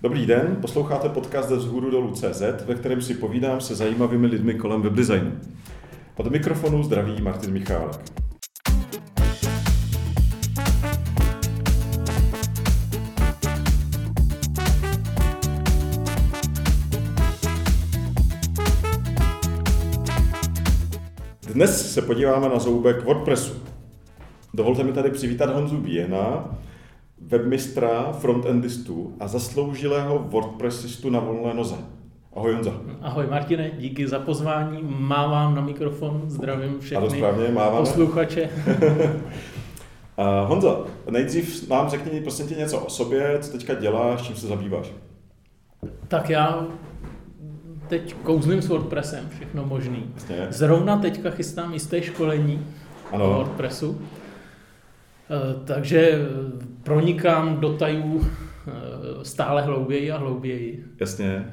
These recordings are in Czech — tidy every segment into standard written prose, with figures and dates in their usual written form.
Dobrý den, posloucháte podcast ze Vzhůru dolů CZ, ve kterém si povídám se zajímavými lidmi kolem webdesignu. Od mikrofonu zdraví Martin Michálek. Dnes se podíváme na zoubek WordPressu. Dovolte mi tady přivítat Honzu Bíjena, webmistra, frontendistu a zasloužilého WordPressistu na volné noze. Ahoj Honza. Ahoj Martine, díky za pozvání, mávám na mikrofon, zdravím všechny posluchače. Honza, nejdřív nám řekni prosím tě něco o sobě, co teďka děláš, čím se zabýváš. Tak já teď kouzlím s WordPressem, všechno možný. Jasně. Zrovna teďka chystám jisté školení o WordPressu. Takže pronikám do tajů stále hlouběji a hlouběji. Jasně.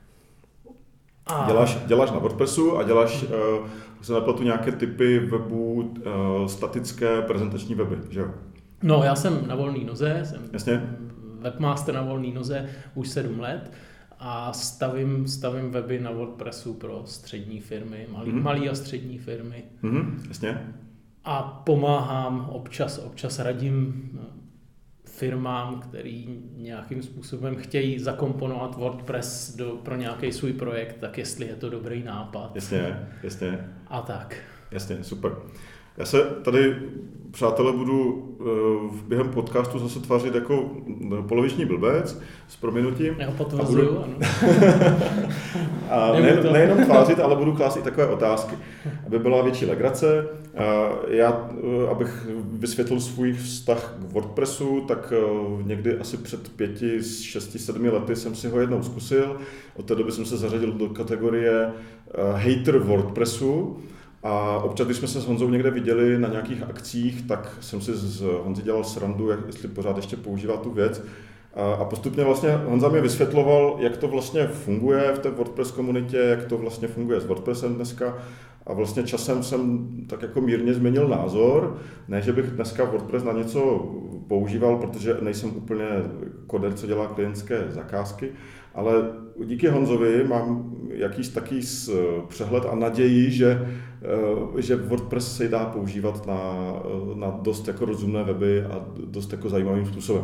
Děláš na WordPressu a děláš se naplatu nějaké typy webů, statické prezentační weby, že jo? No, já jsem na volné noze, jsem Jasně. webmaster na volné noze už 7 let a stavím weby na WordPressu pro střední firmy, malé a střední firmy. Jasně. A pomáhám, občas radím firmám, který nějakým způsobem chtějí zakomponovat WordPress pro nějaký svůj projekt, tak jestli je to dobrý nápad. Jasně. A tak. Jasně, super. Já se tady, přátelé, budu během podcastu zase tvářit jako poloviční blbec s prominutím. Já ho potvrzuju, ano. A nejenom tvářit, ale budu klást i takové otázky, aby byla větší legrace. Já, abych vysvětlil svůj vztah k WordPressu, tak někdy asi před 5, 6, 7 lety jsem si ho jednou zkusil. Od té doby jsem se zařadil do kategorie hater WordPressu. A občas, když jsme se s Honzou někde viděli na nějakých akcích, tak jsem si z Honzy dělal srandu, jestli pořád ještě používá tu věc. A postupně vlastně Honza mi vysvětloval, jak to vlastně funguje v té WordPress komunitě, jak to vlastně funguje s WordPressem dneska. A vlastně časem jsem tak jako mírně změnil názor. Ne, že bych dneska WordPress na něco používal, protože nejsem úplně koder, co dělá klientské zakázky, ale díky Honzovi mám jakýsi taký přehled a naději, že WordPress se dá používat na dost jako rozumné weby a dost jako zajímavým způsobem.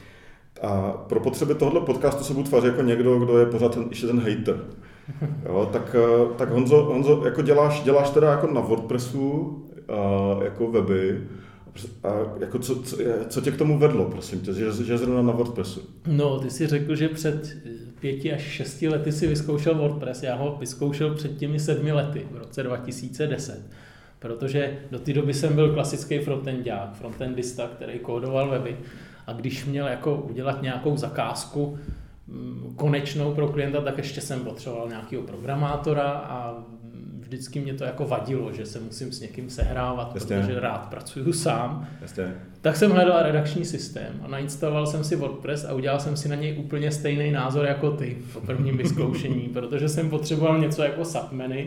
A pro potřeby tohoto podcastu se budu tvářit jako někdo, kdo je pořád ještě ten hater. Jo, tak Honzo, jako děláš teda jako na WordPressu jako weby. A jako co tě k tomu vedlo, prosím tě, že zrovna na WordPressu? No, ty jsi řekl, že před 5 až 6 lety si vyzkoušel WordPress. Já ho vyzkoušel před těmi 7 lety, v roce 2010. Protože do té doby jsem byl klasický frontendista, který kódoval weby. A když měl jako udělat nějakou zakázku konečnou pro klienta, tak ještě jsem potřeboval nějakého programátora a vždycky mě to jako vadilo, že se musím s někým sehrávat, protože rád pracuju sám. Tak jsem hledal redakční systém a nainstaloval jsem si WordPress a udělal jsem si na něj úplně stejný názor jako ty po prvním vyzkoušení, protože jsem potřeboval něco jako submenu.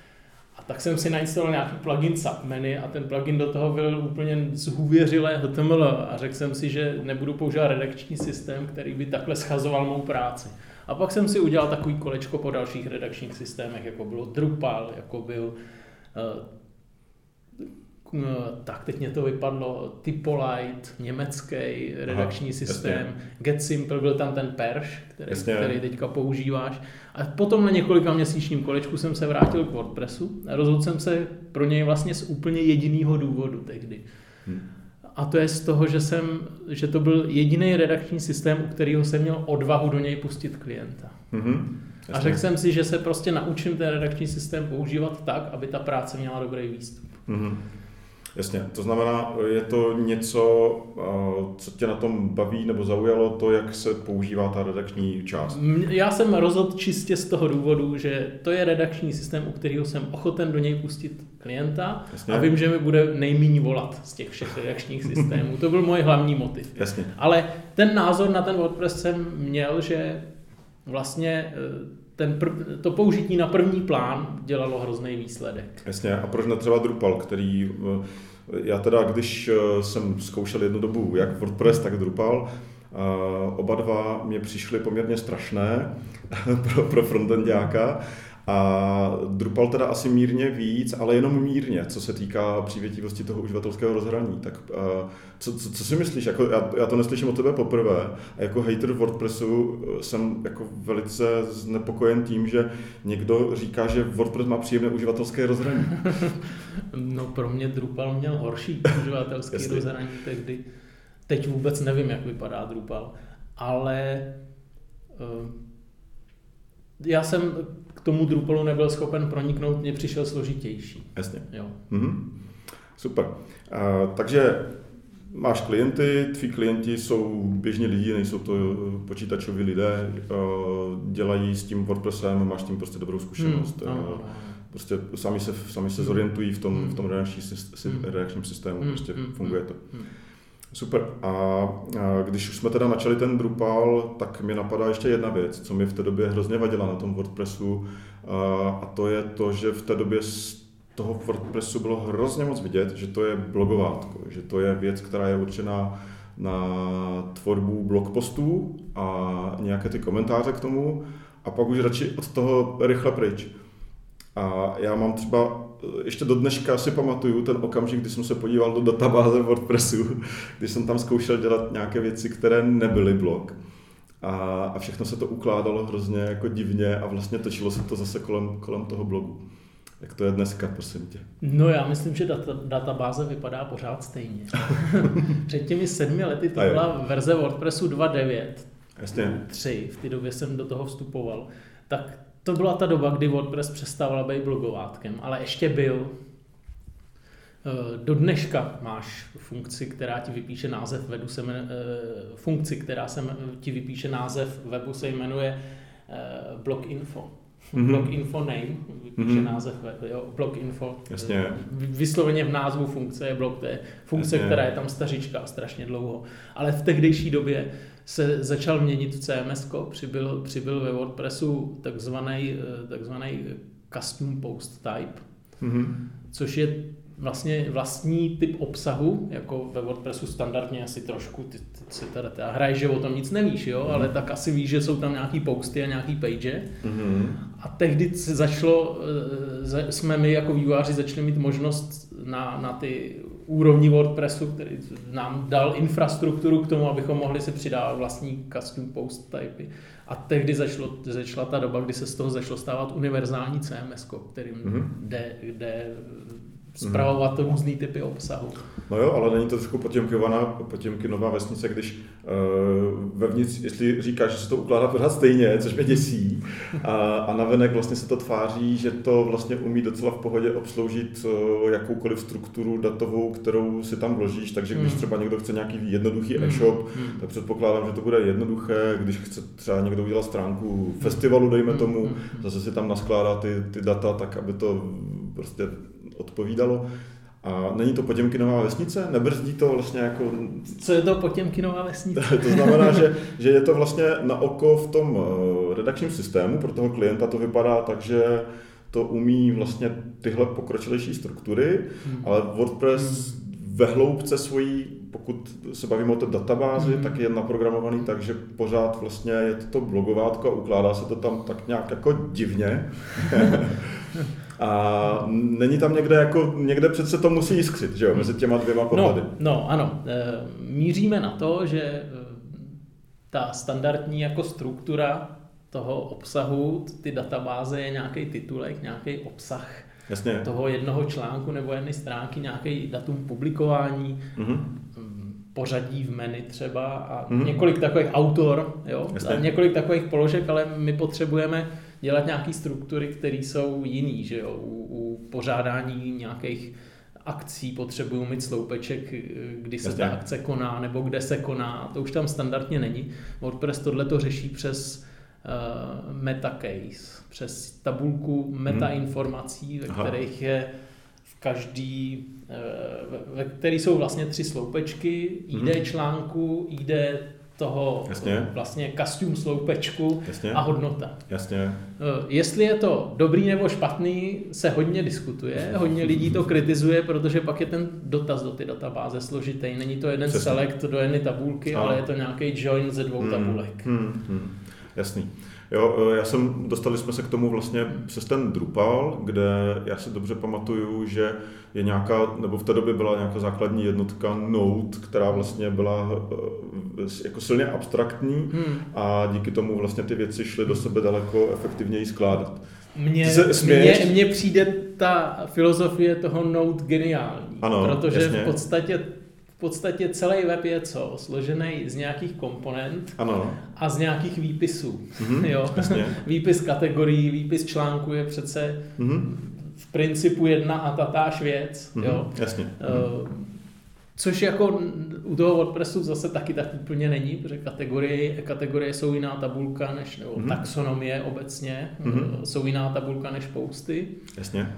A tak jsem si nainstaloval nějaký plugin submenu a ten plugin do toho byl úplně zhůvěřilé HTML a řekl jsem si, že nebudu používat redakční systém, který by takhle schazoval mou práci. A pak jsem si udělal takový kolečko po dalších redakčních systémech, jako bylo Drupal, jako byl, tak teď mě to vypadlo, Typolite, německý redakční systém, GetSimple, byl tam ten Perš, který teďka používáš. A potom na několika měsíčním kolečku jsem se vrátil k WordPressu a rozhodl jsem se pro něj vlastně z úplně jediného důvodu tehdy. A to je z toho, že to byl jediný redakční systém, u kterého jsem měl odvahu do něj pustit klienta. A řekl jsem si, že se prostě naučím ten redakční systém používat tak, aby ta práce měla dobrý výstup. Jasně, to znamená, je to něco, co tě na tom baví nebo zaujalo, to, jak se používá ta redakční část? Já jsem rozhodl čistě z toho důvodu, že to je redakční systém, u kterého jsem ochoten do něj pustit klienta. Jasně. A vím, že mi bude nejméně volat z těch všech redakčních systémů. To byl můj hlavní motiv. Jasně. Ale ten názor na ten WordPress jsem měl, že vlastně to použití na první plán dělalo hrozný výsledek. Jasně, a proč ne třeba Drupal, který, já teda, když jsem zkoušel jednu dobu jak WordPress, tak Drupal, Oba dva mě přišly poměrně strašné pro frontendáka. A Drupal teda asi mírně víc, ale jenom mírně, co se týká přívětivosti toho uživatelského rozhraní. Tak co si myslíš? Jako, já to neslyším od tebe poprvé. A jako hater WordPressu jsem jako velice znepokojen tím, že někdo říká, že WordPress má příjemné uživatelské rozhraní. No pro mě Drupal měl horší uživatelské rozhraní tehdy. Teď vůbec nevím, jak vypadá Drupal, ale já jsem k tomu Drupalu nebyl schopen proniknout, mně přišel složitější. Jasně. Jo. Super. Takže máš klienty, tví klienti jsou běžní lidi, nejsou to počítačoví lidé, dělají s tím WordPressem, máš s tím prostě dobrou zkušenost. Prostě sami se zorientují v tom redakčním systému, prostě funguje to. Super. A když už jsme teda načali ten Drupal, tak mi napadá ještě jedna věc, co mi v té době hrozně vadila na tom WordPressu, a to je to, že v té době z toho WordPressu bylo hrozně moc vidět, že to je blogovátko, že to je věc, která je určená na tvorbu blogpostů a nějaké ty komentáře k tomu, a pak už radši od toho rychle pryč. A já mám třeba, ještě do dneška si pamatuju ten okamžik, kdy jsem se podíval do databáze WordPressu, když jsem tam zkoušel dělat nějaké věci, které nebyly blog. A všechno se to ukládalo hrozně jako divně a vlastně točilo se to zase kolem toho blogu. Jak to je dneska, prosím tě? No já myslím, že databáze vypadá pořád stejně. Před těmi 7 lety to byla verze WordPressu 2.9. Jasně. 3, v té době jsem do toho vstupoval. Tak to byla ta doba, kdy WordPress přestával být blogovátkem, ale ještě byl. Do dneška máš funkci, která ti vypíše název webu, ti vypíše název webu, se jmenuje blog info. Blog info name, vypíše název webu, jo, blog info. Jasně. Vysloveně v názvu funkce je blog, to je funkce, která je tam stařička strašně dlouho. Ale v tehdejší době se začal měnit CMS-ko, přibyl ve WordPressu takzvaný custom post type, což je vlastně vlastní typ obsahu, jako ve WordPressu standardně asi trošku, ty hraješ, že o tom nic nevíš, jo? Ale tak asi víš, že jsou tam nějaký posty a nějaký page. A tehdy jsme my jako vývojáři začali mít možnost na ty úrovni WordPressu, který nám dal infrastrukturu k tomu, abychom mohli si přidávat vlastní custom post typy. A tehdy začala ta doba, kdy se z toho začalo stávat univerzální CMS, kterým jde spravovat různý typy obsahu. No jo, ale není to trošku Potěmkinová vesnice, když vevnitř, jestli říkáš, že se to ukládá pořád stejně, což mě děsí, a navenek vlastně se to tváří, že to vlastně umí docela v pohodě obsloužit jakoukoliv strukturu datovou, kterou si tam vložíš, takže když třeba někdo chce nějaký jednoduchý e-shop, tak předpokládám, že to bude jednoduché, když chce třeba někdo udělat stránku festivalu, dejme tomu, zase si tam naskládá ty data tak, aby to prostě odpovídalo. A není to Potěmkinová vesnice? Nebrzdí to vlastně jako... Co je to Potěmkinová vesnice? To znamená, že je to vlastně na oko v tom redakčním systému, pro toho klienta to vypadá tak, že to umí vlastně tyhle pokročilejší struktury, ale WordPress ve hloubce svojí, pokud se bavíme o té databázi, tak je naprogramovaný tak, že pořád vlastně je to blogovátko a ukládá se to tam tak nějak jako divně. A není tam někde přece to musí jiskřit, že jo, mezi těma dvěma pohledy. No, ano. Míříme na to, že ta standardní jako struktura toho obsahu, ty databáze je nějaký titulek, nějaký obsah toho jednoho článku nebo jedné stránky, nějaký datum publikování, pořadí v menu třeba a několik takových autor, jo, a několik takových položek, ale my potřebujeme dělat nějaké struktury, které jsou jiný, že jo, u pořádání nějakých akcí potřebuju mít sloupeček, kdy se ta akce koná nebo kde se koná, to už tam standardně není. WordPress tohleto řeší přes metacase, přes tabulku metainformací, ve kterých je ve kterých jsou vlastně 3 sloupečky, ID článku, ID toho vlastně custom sloupečku a hodnota. Jasně. Jestli je to dobrý nebo špatný, se hodně diskutuje, hodně lidí to kritizuje, protože pak je ten dotaz do ty databáze složitý. Není to jeden select do jedné tabulky, ale je to nějaký join ze 2 tabulek. Jasný. Jo, dostali jsme se k tomu vlastně přes ten Drupal, kde já si dobře pamatuju, že je nějaká, nebo v té době byla nějaká základní jednotka Node, která vlastně byla jako silně abstraktní a díky tomu vlastně ty věci šly do sebe daleko efektivněji skládat. Mně přijde ta filozofie toho Node geniální, protože jasně. v podstatě celý web je složený z nějakých komponent a z nějakých výpisů. Jo? Výpis kategorií, výpis článku je přece v principu jedna a tatáž věc. Jo? Jasně. Což jako u toho WordPressu zase taky tak úplně není, protože kategorie jsou jiná tabulka než taxonomie obecně, jsou jiná tabulka než posty. Jasně.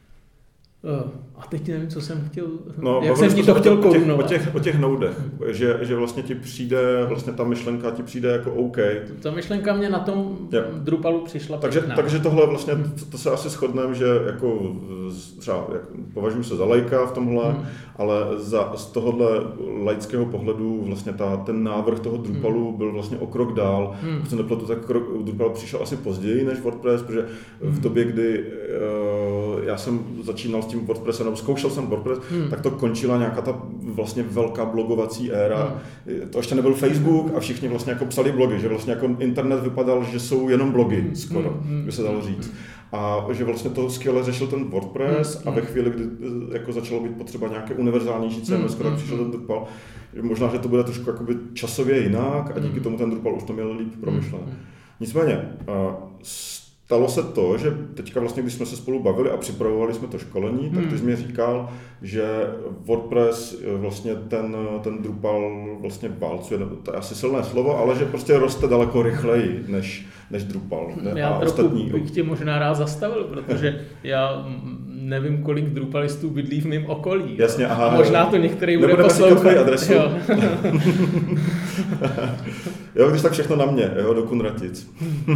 A teď nevím, co jsem chtěl, jak jsem ti to chtěl korunovat. O těch nodech, že vlastně ti přijde, vlastně ta myšlenka ti přijde jako OK. Ta myšlenka mě na tom Drupalu přišla takže tohle vlastně, to se asi shodneme, že jako třeba považuji se za laika v tomhle, ale z tohohle laického pohledu vlastně ten návrh toho Drupalu byl vlastně o krok dál. Pokud se nepletu, tak Drupal přišel asi později než WordPress, protože v době, kdy já jsem začínal s tím WordPressem, nebo zkoušel jsem WordPress, tak to končila nějaká ta vlastně velká blogovací éra. To ještě nebyl Facebook a všichni vlastně jako psali blogy, že vlastně jako internet vypadal, že jsou jenom blogy skoro, by se dalo říct. A že vlastně to skvěle řešil ten WordPress a ve chvíli, kdy jako začalo být potřeba nějaké univerzálnější CMS, tak přišel ten Drupal. Možná, že to bude trošku jakoby časově jinak a díky tomu ten Drupal už to měl líp promyšlené. Nicméně, stalo se to, že teďka vlastně, když jsme se spolu bavili a připravovali jsme to školení, tak ty jsi mi říkal, že WordPress vlastně ten Drupal vlastně válcuje, to je asi silné slovo, ale že prostě roste daleko rychleji než Drupal. Já trochu bych tě možná rád zastavil, protože já nevím, kolik Drupalistů bydlí v mém okolí. Jasně, aha. A možná to některý bude poslouchat. Tvoji adresu. Jo, když tak všechno na mě, jo, do Kunratic.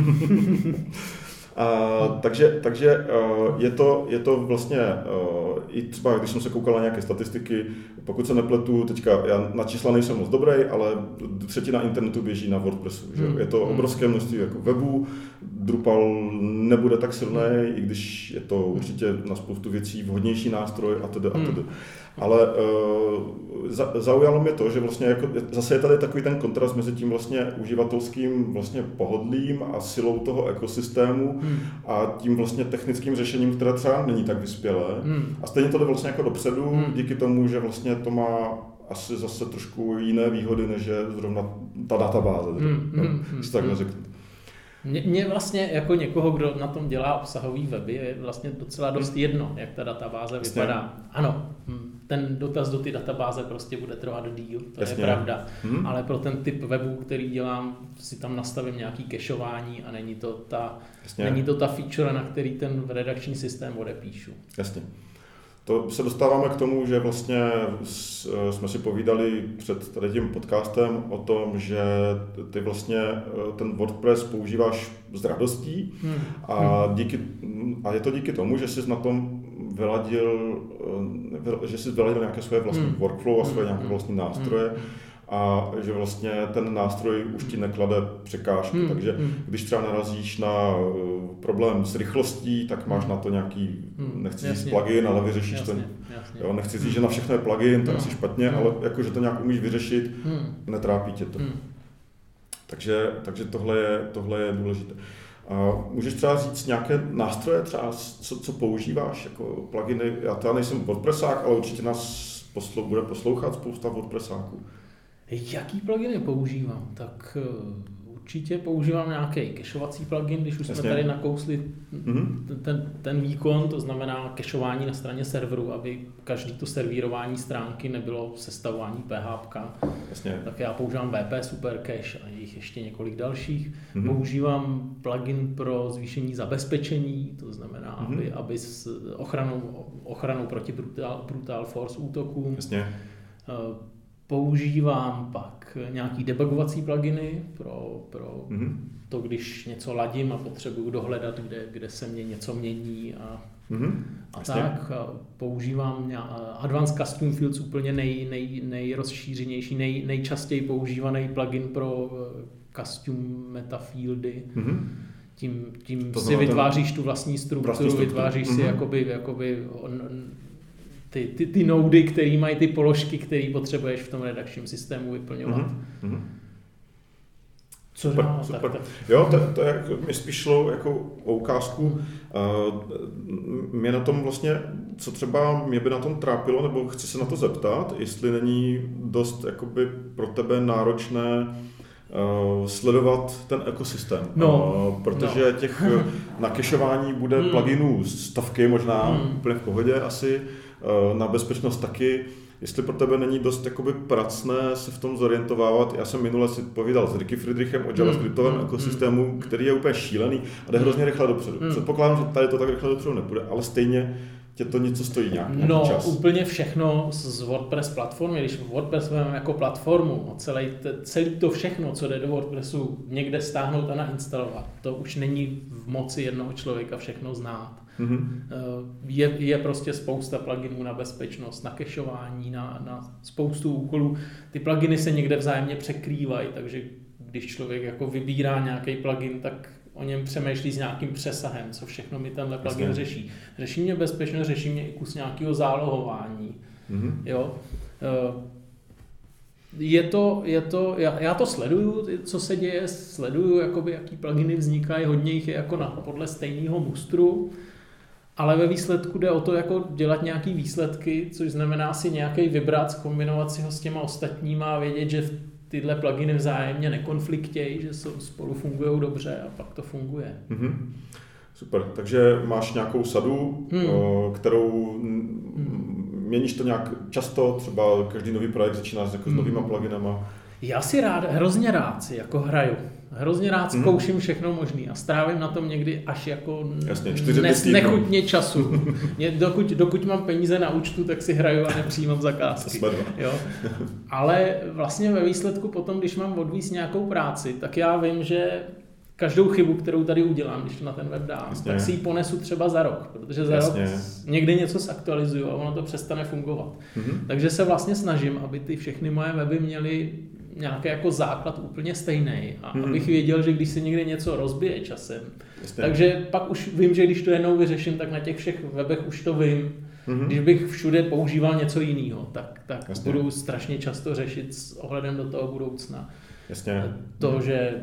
Takže je to vlastně, i třeba když jsem se koukal na nějaké statistiky, pokud se nepletu, teďka já na čísla nejsem moc dobrý, ale 1/3 internetu běží na WordPressu. Že? Je to obrovské množství jako webů, Drupal nebude tak silný, i když je to určitě na spoustu věcí vhodnější nástroj atd. Ale zaujalo mě to, že vlastně jako, zase je tady takový ten kontrast mezi tím vlastně uživatelským vlastně pohodlím a silou toho ekosystému a tím vlastně technickým řešením, které třeba není tak vyspělé. A stejně to jde vlastně jako dopředu, díky tomu, že vlastně to má asi zase trošku jiné výhody, než je zrovna ta databáze. Když to tak neřeknu. Mně vlastně jako někoho, kdo na tom dělá obsahový weby, je vlastně docela dost jedno, jak ta databáze vypadá. Ano, ten dotaz do ty databáze prostě bude trvat díl, to je pravda. Ale pro ten typ webu, který dělám, si tam nastavím nějaký cacheování a není to ta feature, na který ten redakční systém odepíšu. Jasně. To se dostáváme k tomu, že vlastně jsme si povídali před tady tím podcastem o tom, že ty vlastně ten WordPress používáš s radostí a je to díky tomu, že jsi na tom vyladil nějaké svoje vlastní workflow a svoje nějaké vlastní nástroje. A že vlastně ten nástroj už ti neklade překážky, takže když třeba narazíš na problém s rychlostí, tak máš na to nějaký, nechci říct plugin, ale vyřešíš to. Jo, nechci říct, že na všechno je plugin, to je asi špatně, ale jako, že to nějak umíš vyřešit, netrápí tě to. Takže tohle je důležité. A můžeš třeba říct nějaké nástroje, třeba co používáš jako pluginy? Já nejsem WordPressák, ale určitě nás bude poslouchat spousta WordPressáků. Jaký pluginy používám? Tak určitě používám nějaký cacheovací plugin, když už jsme tady nakousli ten výkon, to znamená cacheování na straně serveru, aby každý to servírování stránky nebylo sestavování PHP. Tak já používám WP Supercache a jich ještě několik dalších. Používám plugin pro zvýšení zabezpečení, to znamená, aby s ochranou proti brute force útokům. Používám pak nějaký debugovací pluginy pro to, když něco ladím a potřebuju dohledat, kde se mě něco mění a tak. A používám Advanced Custom Fields, úplně nejrozšířenější, nejčastěji používaný plugin pro custom metafieldy. Tím si vytváříš tu vlastní strukturu, vytváříš si jakoby ty noudy, které mají ty položky, které potřebuješ v tom redakčním systému vyplňovat. Super. Tak. Jo, to je, mě spíš šlo jako o ukázku. Mě na tom vlastně, co třeba mě by na tom trápilo, nebo chci se na to zeptat, jestli není dost jakoby pro tebe náročné sledovat ten ekosystém, protože těch na cacheování bude pluginů stovky, možná úplně v pohodě asi, na bezpečnost taky. Jestli pro tebe není dost jakoby pracné se v tom zorientovávat. Já jsem minule si povídal s Ricky Friedrichem o javascriptovém ekosystému, který je úplně šílený a jde hrozně rychle dopředu. Předpokládám, že tady to tak rychle dopředu nepůjde, ale stejně tě to něco stojí nějaký čas. Úplně všechno z WordPress platformy, když WordPress vezmeme jako platformu, celý to všechno, co jde do WordPressu, někde stáhnout a nainstalovat, to už není v moci jednoho člověka všechno znát. Je prostě spousta pluginů na bezpečnost, na cacheování, na spoustu úkolů. Ty pluginy se někde vzájemně překrývají, takže když člověk jako vybírá nějaký plugin, tak o něm přemýšlí s nějakým přesahem, co všechno mi tenhle plugin řeší. Řeší mě bezpečnost, řeší mě i kus nějakého zálohování. Jo? Já to sleduju, co se děje, sleduju, jakoby, jaký pluginy vznikají, hodně jich je jako podle stejného mustru, ale ve výsledku jde o to jako dělat nějaký výsledky, což znamená si nějaký vybrat, zkombinovat si ho s těma ostatníma a vědět, že tyhle pluginy vzájemně nekonfliktějí, že spolu fungují dobře a pak to funguje. Super, takže máš nějakou sadu, kterou měníš to nějak často, třeba každý nový projekt začíná jako s novýma pluginama. Já si hrozně rád si jako hraju. Hrozně rád zkouším všechno možný a strávím na tom někdy až jako nechutně času. Dokud mám peníze na účtu, tak si hraju a nepřijímám zakázky. Jo? Ale vlastně ve výsledku potom, když mám odvízt nějakou práci, tak já vím, že každou chybu, kterou tady udělám, když to na ten web dám, tak si ji ponesu třeba za rok, protože za rok někde něco zaktualizuju a ono to přestane fungovat. Takže se vlastně snažím, aby ty všechny moje weby měly nějaký jako základ úplně stejný a abych věděl, že když se někde něco rozbije časem, takže pak už vím, že když to jednou vyřeším, tak na těch všech webech už to vím. Když bych všude používal něco jiného, tak budu strašně často řešit s ohledem do toho budoucna. To, že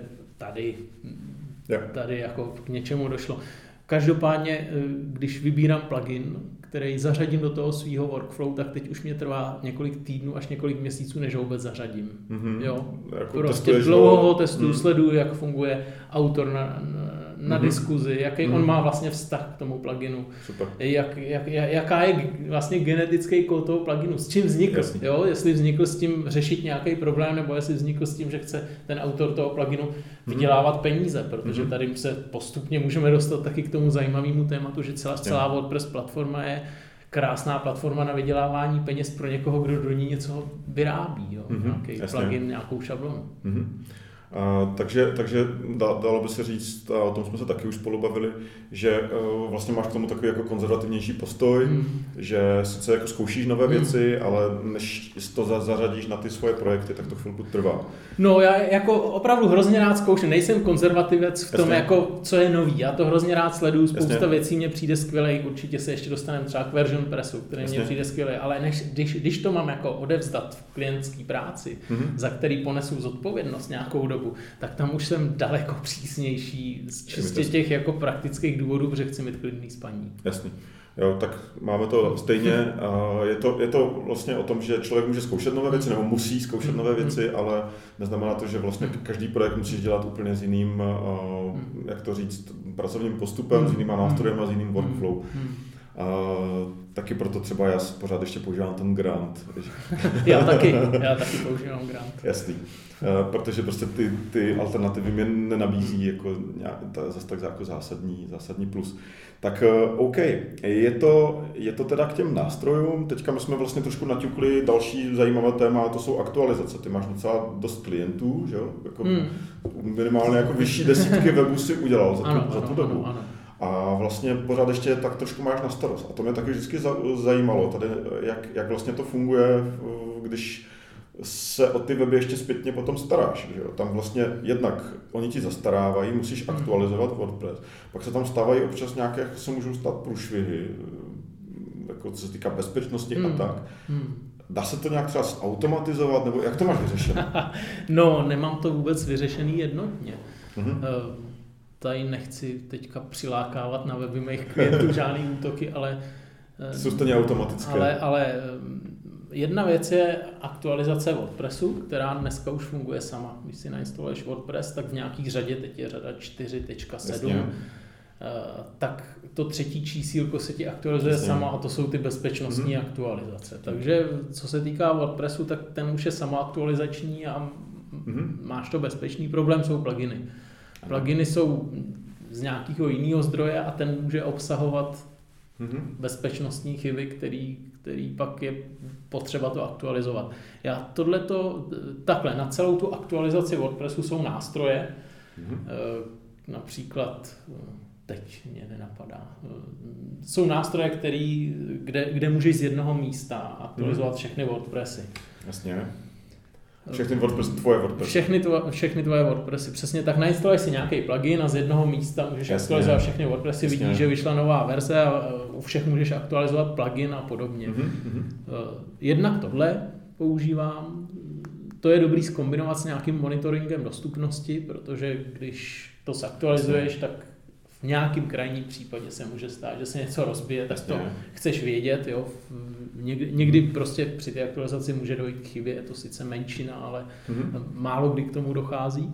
tady jako k něčemu došlo. Každopádně, když vybírám plugin, který zařadím do toho svého workflow, tak teď už mě trvá několik týdnů až několik měsíců, než ho vůbec zařadím. Jo? Jako prostě dlouho ho testuju, sleduju, jak funguje autor na diskuzi, jaký on má vlastně vztah k tomu pluginu, jaká je vlastně genetický kód toho pluginu, s čím vznikl, jo? Jestli vznikl s tím řešit nějaký problém, nebo jestli vznikl s tím, že chce ten autor toho pluginu vydělávat peníze, protože tady se postupně můžeme dostat taky k tomu zajímavému tématu, že celá WordPress platforma je krásná platforma na vydělávání peněz pro někoho, kdo do ní něco vyrábí, jo? Nějaký plugin, nějakou šablonu. Takže dalo by se říct, a o tom jsme se taky už spolu bavili, že vlastně máš k tomu takový jako konzervativnější postoj, že sice jako zkoušíš nové věci, ale než to zařadíš na ty svoje projekty, tak to chvilku trvá. No já jako opravdu hrozně rád zkouším, nejsem konzervativec v tom, jako, co je nový, já to hrozně rád sleduju, spousta věcí mě přijde skvělej, určitě se ještě dostaneme třeba k version pressu, který mě přijde skvělej, ale když to mám jako odevzdat v klientské práci, za který ponesu zodpovědnost nějakou dobu, tak tam už jsem daleko přísnější z čistě těch jako praktických důvodů, protože chci mít klidný spaní. Jasný. Jo, tak máme to stejně. Je to vlastně o tom, že člověk může zkoušet nové věci, nebo musí zkoušet nové věci, ale neznamená to, že vlastně každý projekt musíš dělat úplně s jiným, jak to říct, pracovním postupem, s jinýma nástrojema, s jiným workflow. Taky proto třeba já pořád ještě používám ten Grant. Já taky používám Grant. Jasný. Protože prostě ty alternativy mě nenabízí jako zase tak jako zásadní plus. Tak OK, je to teda k těm nástrojům. Teďka my jsme vlastně trošku naťukli další zajímavé téma, a to jsou aktualizace. Ty máš docela dost klientů, že jo? Jako minimálně jako vyšší desítky webů si udělal za tu dobu. Ano. A vlastně pořád ještě tak trošku máš na starost. A to mě taky vždycky zajímalo, tady, jak vlastně to funguje, když se o ty weby ještě zpětně potom staráš. Že jo? Tam vlastně jednak oni ti zastarávají, musíš aktualizovat WordPress. Pak se tam stávají občas nějaké, se můžou stát průšvihy, jako co se týká bezpečnosti a tak. Dá se to nějak třeba zautomatizovat, nebo jak to máš vyřešené? No, nemám to vůbec vyřešený jednotně. Tady nechci teďka přilákávat na weby mých klientů žádný útoky, ale... Jsou stejně automatické. Ale jedna věc je aktualizace WordPressu, která dneska už funguje sama. Když si nainstaluješ WordPress, tak v nějakých řadě, teď je řada 4.7, tak to třetí čísílko se ti aktualizuje sama a to jsou ty bezpečnostní aktualizace. Takže co se týká WordPressu, tak ten už je samoaktualizační a máš to bezpečný. Problém jsou pluginy. Pluginy jsou z nějakého jiného zdroje a ten může obsahovat bezpečnostní chyby, který pak je potřeba to aktualizovat. Já takhle, na celou tu aktualizaci WordPressu jsou nástroje, například, teď mě nenapadá, jsou nástroje, kde můžeš z jednoho místa aktualizovat všechny WordPressy. Jasně. Všechny tvoje WordPressy. Všechny tvoje WordPressy, přesně tak. Nainstaluješ si nějaký plugin a z jednoho místa můžeš aktualizovat všechny WordPressy, vidíš, že vyšla nová verze a u všech můžeš aktualizovat plugin a podobně. Jednak tohle používám, to je dobrý zkombinovat s nějakým monitoringem dostupnosti, protože když to zaktualizuješ, tak v nějakým krajním případě se může stát, že se něco rozbije, tak to chceš vědět. Jo? Někdy prostě při té aktualizaci může dojít k chybě, je to sice menšina, ale málo kdy k tomu dochází.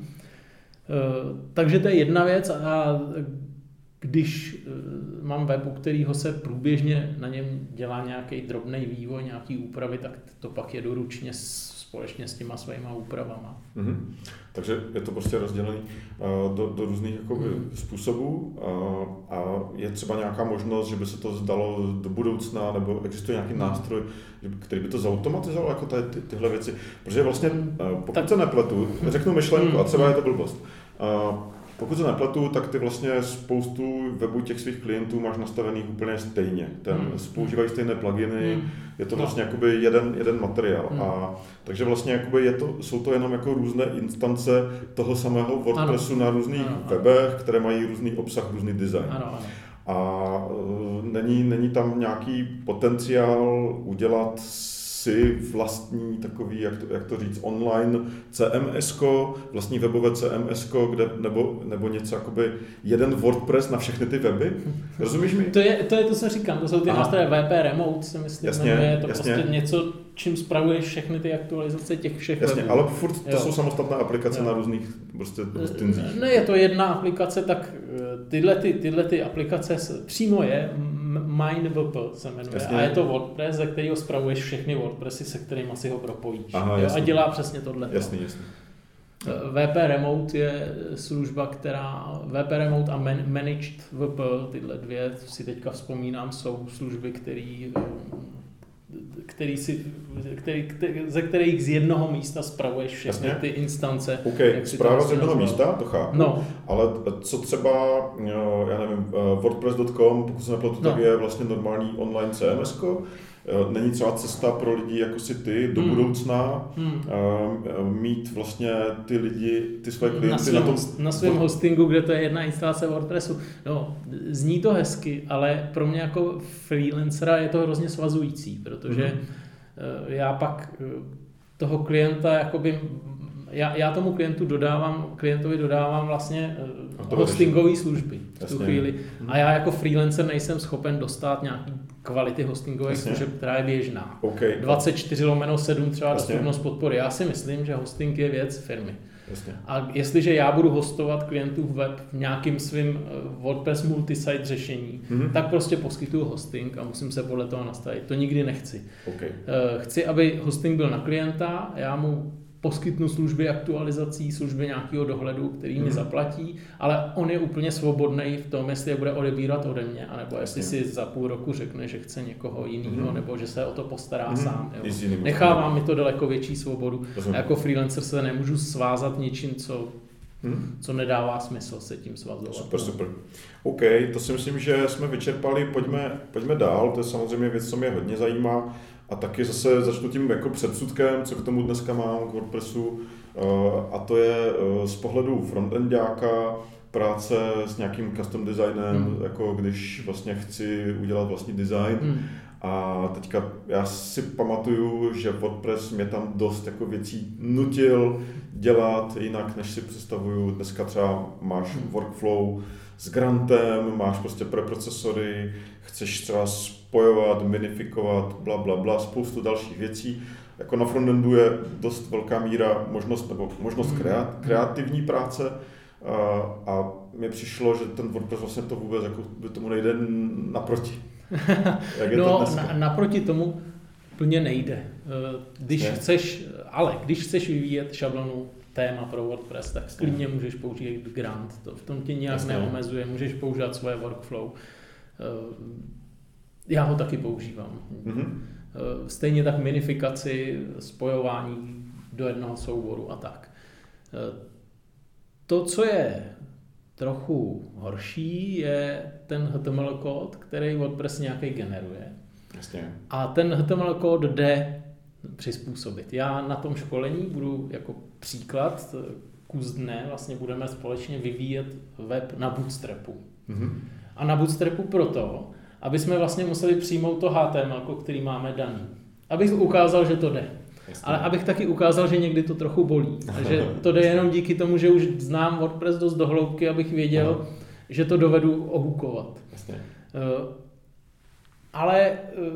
Takže to je jedna věc a když mám web, u kterého se průběžně na něm dělá nějaký drobný vývoj, nějaký úpravy, tak to pak jedu ručně společně s těma svýma úpravama. Takže je to prostě rozdělené do různých způsobů a je třeba nějaká možnost, že by se to zdalo do budoucna, nebo existuje nějaký nástroj, který by to zautomatizoval jako tyhle věci. Protože vlastně, pokud se nepletu, řeknu myšlenku a třeba je to blbost. Pokud se nepletu, tak ty vlastně spoustu webů těch svých klientů máš nastavených úplně stejně. Používají stejné pluginy, je to vlastně jakoby jeden materiál. Takže vlastně jakoby jsou to jenom jako různé instance toho samého WordPressu na různých webech, které mají různý obsah, různý design. A není tam nějaký potenciál udělat si vlastní takový, jak to říct, online CMS-ko, vlastní webové CMS-ko, nebo něco jakoby jeden WordPress na všechny ty weby? Rozumíš mi? To je to, co říkám, to jsou ty nástroje VP Remote, si myslím, je to prostě něco, čím spravuješ všechny ty aktualizace těch všech webů. Ale furt to jsou samostatné aplikace na různých prostě hostinzích. Ne, je to jedna aplikace, tak tyhle ty aplikace přímo je MineWP se jmenuje a je to WordPress, ze kterého spravuješ všechny WordPressy, se kterými si ho propojíš. A dělá přesně tohle. Jasný. VP Remote je služba, VP Remote a Managed VP, tyhle dvě, si teďka vzpomínám, jsou služby, ze kterých z jednoho místa spravuješ všechny ty instance. Správa z jednoho místa, to chápu, ale co třeba, já nevím, WordPress.com, pokud se nepletu, tak je vlastně normální online CMS-ko. Není třeba cesta pro lidi jako si ty do budoucna mít vlastně ty lidi, ty své klienty na svém hostingu, kde to je jedna instalace WordPressu. No, zní to hezky, ale pro mě jako freelancera je to hrozně svazující, protože já pak toho klienta jakoby já tomu klientovi dodávám vlastně hostingové služby v tu chvíli. A já jako freelancer nejsem schopen dostat nějaký kvality hostingových služeb, která je běžná. 24/7 třeba dostupnost podpory. Já si myslím, že hosting je věc firmy. Jasně. A jestliže já budu hostovat klientův web v nějakým svým WordPress multisite řešení, tak prostě poskytuju hosting a musím se podle toho nastavit. To nikdy nechci. Okay. Chci, aby hosting byl na klienta, já mu poskytnu služby aktualizací, služby nějakého dohledu, který mi zaplatí, ale on je úplně svobodný v tom, jestli je bude odebírat ode mě, anebo jestli si za půl roku řekne, že chce někoho jiného, nebo že se o to postará sám. Nechává mi to daleko větší svobodu. A jako freelancer se nemůžu svázat něčím, co nedává smysl se tím svazovat. Super. OK, to si myslím, že jsme vyčerpali, pojďme dál, to je samozřejmě věc, co mě hodně zajímá. A taky zase začnu tím jako předsudkem, co k tomu dneska mám k WordPressu, a to je z pohledu frontendáka práce s nějakým custom designem, jako když vlastně chci udělat vlastní design. A teďka já si pamatuju, že WordPress mě tam dost jako věcí nutil dělat jinak, než si představuju. Dneska třeba máš workflow s grantem, máš prostě preprocesory, chceš třeba spojovat, minifikovat, bla, spoustu dalších věcí. Jako na frontendu je dost velká míra možnost kreativní práce a mně přišlo, že ten WordPress vlastně to vůbec jako by tomu nejde naproti. Jak je to naproti tomu plně nejde. Když chceš vyvíjet šablonu téma pro WordPress, tak klidně můžeš použít Grant. To v tom tě nějak neomezuje, můžeš používat svoje workflow. Já ho taky používám. Stejně tak minifikaci, spojování do jednoho souboru a tak. To, co je trochu horší, je ten HTML kód, který WordPress nějaký generuje. Jasně. A ten HTML kód jde přizpůsobit. Já na tom školení budu jako příklad kus dne, vlastně budeme společně vyvíjet web na Bootstrapu. A na Bootstrapu proto, aby jsme vlastně museli přijmout to HTML, který máme daný. Abych ukázal, že to jde. Jasně. Ale abych taky ukázal, že někdy to trochu bolí. A že to jde jenom díky tomu, že už znám WordPress dost do hloubky, abych věděl, že to dovedu ohukovat. Jasně. Ale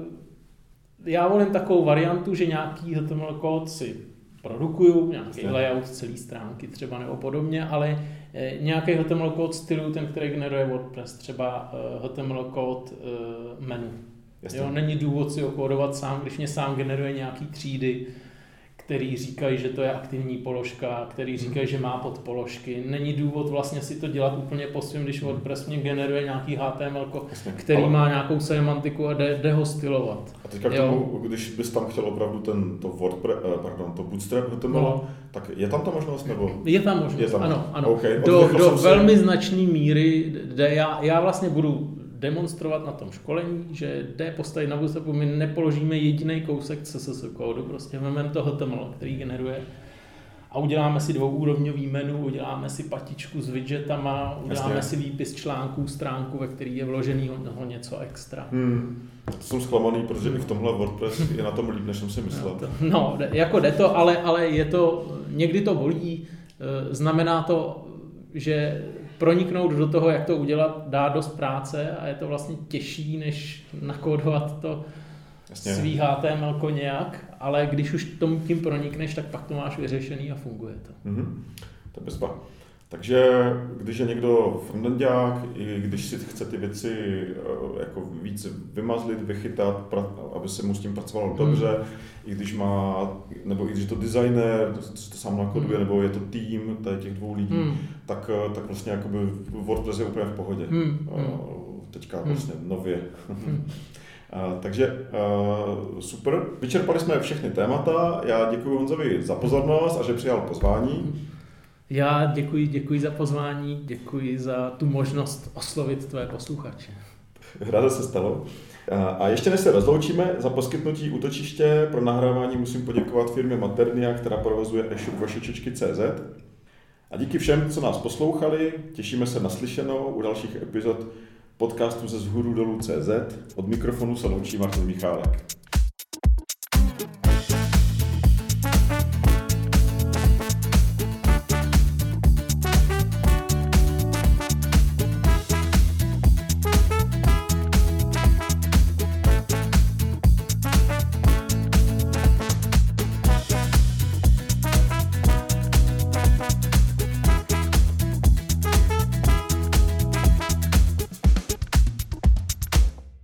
já volím takovou variantu, že nějaký HTML kód si produkuju, nějaký layout celé stránky třeba nebo podobně, ale nějaký HTML kód stylu, ten, který generuje WordPress, třeba HTML kód menu. Jo, není důvod si ho kódovat sám, když mě sám generuje nějaký třídy, který říkají, že to je aktivní položka, který říkají, že má podpoložky. Není důvod vlastně si to dělat úplně po svým, když WordPress mě generuje nějaký HTML, který má nějakou semantiku a jde ho stylovat. A teďka k tomu, když bys tam chtěl opravdu to Bootstrap HTML, tak je tam ta možnost? Nebo? Je tam možnost, ano. Okay. Do velmi značné míry já vlastně budu demonstrovat na tom školení, že jde postavit na Bootstrapu, my nepoložíme jediný kousek CSS kódu, prostě vezmeme to HTML, který generuje a uděláme si dvouúrovňový menu, uděláme si patičku s widgetama, uděláme si výpis článků, stránku, ve který je vložený něco extra. Jsem zklamaný, protože i v tomhle WordPress je na tom líp, než jsem si myslel. Jako jde to, ale je to, někdy to bolí, znamená to, že proniknout do toho, jak to udělat, dá dost práce a je to vlastně těžší, než nakódovat to svý HTML nějak, ale když už tím pronikneš, tak pak to máš vyřešený a funguje to. To je bezva. Takže když je někdo frontendák, i když si chce ty věci jako víc vymazlit, vychytat, aby se mu s tím pracovalo dobře, i když je to designer, to sám nakoduje, nebo je to tým těch dvou lidí, tak vlastně jakoby WordPress je úplně v pohodě. Teďka vlastně nově. Takže super. Vyčerpali jsme všechny témata. Já děkuji Honzovi za pozornost a že přijal pozvání. Já děkuji za pozvání, děkuji za tu možnost oslovit tvé posluchače. Ráda se stalo. A ještě než se rozloučíme, za poskytnutí útočiště pro nahrávání musím poděkovat firmě Maternia, která provozuje e-shop vašečečky.cz. A díky všem, co nás poslouchali, těšíme se na slyšenou u dalších epizod podcastu ze Zhůru dolů CZ. Od mikrofonu se loučí Martin Michálek.